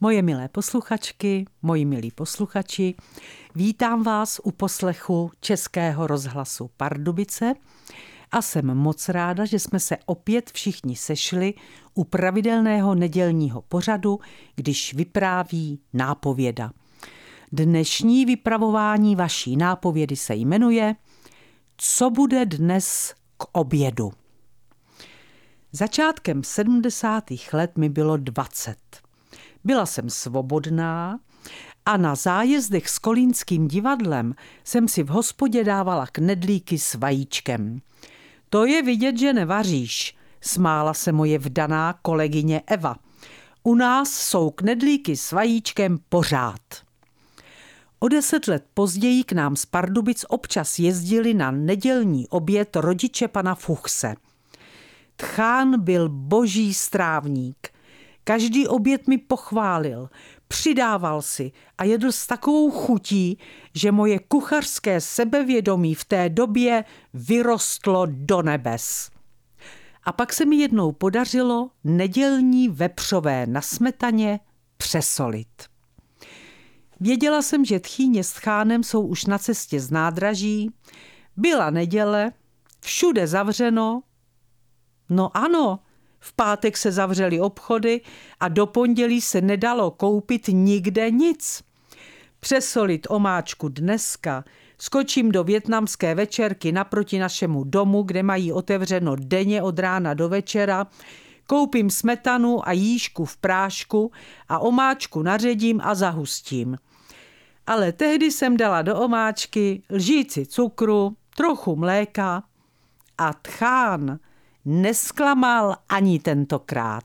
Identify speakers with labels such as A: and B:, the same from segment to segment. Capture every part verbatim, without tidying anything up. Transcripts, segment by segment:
A: Moje milé posluchačky, moji milí posluchači, vítám vás u poslechu Českého rozhlasu Pardubice a jsem moc ráda, že jsme se opět všichni sešli u pravidelného nedělního pořadu, když vypráví nápověda. Dnešní vypravování vaší nápovědy se jmenuje Co bude dnes k obědu? Začátkem sedmdesátých let mi bylo dvacet. Byla jsem svobodná a na zájezdech s Kolínským divadlem jsem si v hospodě dávala knedlíky s vajíčkem. To je vidět, že nevaříš, smála se moje vdaná kolegyně Eva. U nás jsou knedlíky s vajíčkem pořád. O deset let později k nám z Pardubic občas jezdili na nedělní oběd rodiče pana Fuchse. Tchán byl boží strávník. Každý oběd mi pochválil, přidával si a jedl s takovou chutí, že moje kuchařské sebevědomí v té době vyrostlo do nebes. A pak se mi jednou podařilo nedělní vepřové na smetaně přesolit. Věděla jsem, že tchýně s tchánem jsou už na cestě z nádraží, byla neděle, všude zavřeno. No ano, v pátek se zavřely obchody a do pondělí se nedalo koupit nikde nic. Přesolit omáčku dneska, skočím do vietnamské večerky naproti našemu domu, kde mají otevřeno denně od rána do večera, koupím smetanu a jížku v prášku a omáčku naředím a zahustím. Ale tehdy jsem dala do omáčky lžíci cukru, trochu mléka a tchán nesklamal ani tentokrát.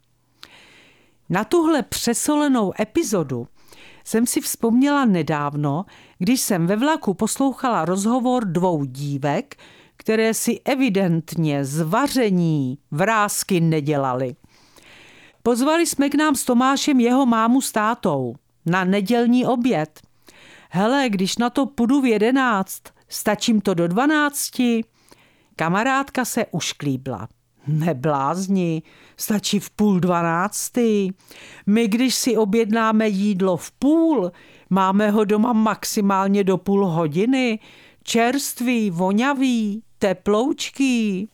A: Na tuhle přesolenou epizodu jsem si vzpomněla nedávno, když jsem ve vlaku poslouchala rozhovor dvou dívek, které si evidentně z vaření vrásky nedělaly. Pozvali jsme k nám s Tomášem jeho mámu s tátou na nedělní oběd. Hele, když na to půjdu v jedenáct, stačím to do dvanácti? Kamarádka se ušklíbla. Neblázni, stačí v půl dvanácty. My, když si objednáme jídlo v půl, máme ho doma maximálně do půl hodiny. Čerstvý, voňavý, teploučký.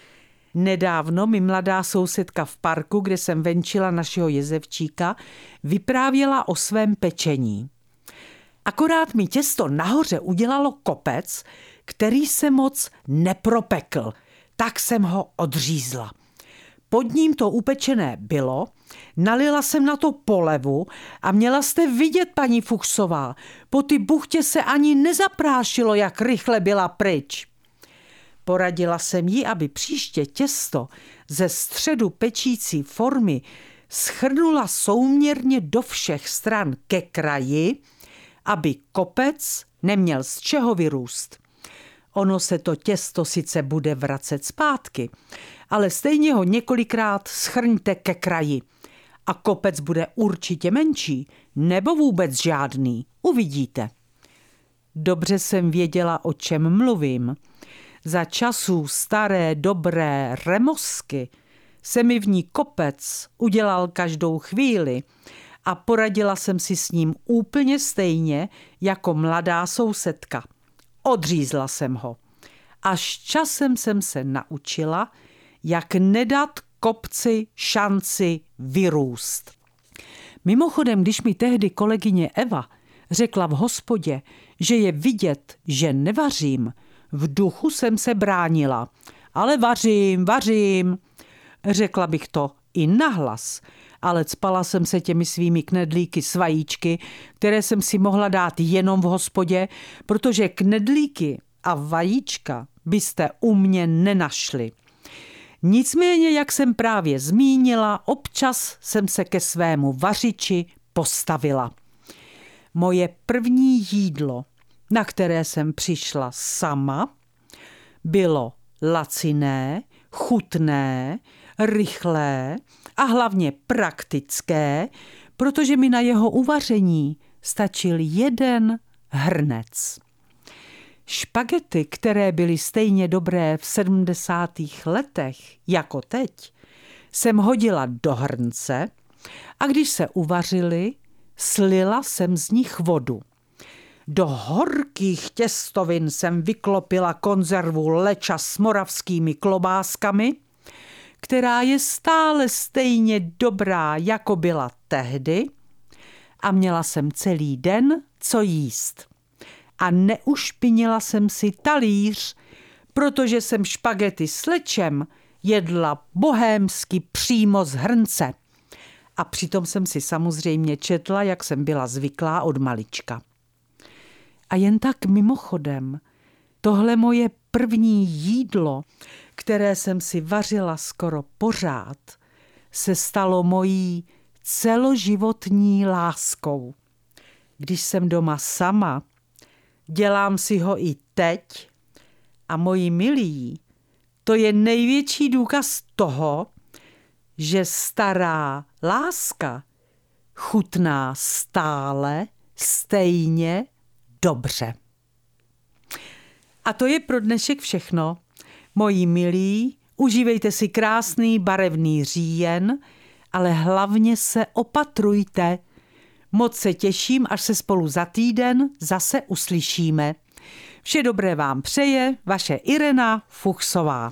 A: Nedávno mi mladá sousedka v parku, kde jsem venčila našeho jezevčíka, vyprávěla o svém pečení. Akorát mi těsto nahoře udělalo kopec, který se moc nepropekl, tak jsem ho odřízla. Pod ním to upečené bylo, nalila jsem na to polevu a měla jste vidět, paní Fuchsová, po ty buchtě se ani nezaprášilo, jak rychle byla pryč. Poradila jsem jí, aby příště těsto ze středu pečící formy schrnula souměrně do všech stran ke kraji, aby kopec neměl z čeho vyrůst. Ono se to těsto sice bude vracet zpátky, ale stejně ho několikrát schrňte ke kraji a kopec bude určitě menší, nebo vůbec žádný, uvidíte. Dobře jsem věděla, o čem mluvím. Za časů staré dobré remosky se mi v ní kopec udělal každou chvíli a poradila jsem si s ním úplně stejně jako mladá sousedka. Odřízla jsem ho. Až časem jsem se naučila, jak nedat kopci šanci vyrůst. Mimochodem, když mi tehdy kolegyně Eva řekla v hospodě, že je vidět, že nevařím, v duchu jsem se bránila. Ale vařím, vařím. Řekla bych to i nahlas, ale cpala jsem se těmi svými knedlíky s vajíčky, které jsem si mohla dát jenom v hospodě, protože knedlíky a vajíčka byste u mě nenašli. Nicméně, jak jsem právě zmínila, občas jsem se ke svému vařiči postavila. Moje první jídlo, na které jsem přišla sama, bylo laciné, chutné, rychlé a hlavně praktické, protože mi na jeho uvaření stačil jeden hrnec. Špagety, které byly stejně dobré v sedmdesátých letech jako teď, jsem hodila do hrnce, a když se uvařily, slila jsem z nich vodu. Do horkých těstovin jsem vyklopila konzervu leča s moravskými klobáskami, která je stále stejně dobrá, jako byla tehdy, a měla jsem celý den co jíst. A neušpinila jsem si talíř, protože jsem špagety s lečem jedla bohémsky přímo z hrnce. A přitom jsem si samozřejmě četla, jak jsem byla zvyklá od malička. A jen tak mimochodem, tohle moje první jídlo, které jsem si vařila skoro pořád, se stalo mojí celoživotní láskou. Když jsem doma sama, dělám si ho i teď a moji milí, to je největší důkaz toho, že stará láska chutná stále stejně dobře. A to je pro dnešek všechno. Moji milí, užívejte si krásný barevný říjen, ale hlavně se opatrujte. Moc se těším, až se spolu za týden zase uslyšíme. Vše dobré vám přeje vaše Irena Fuchsová.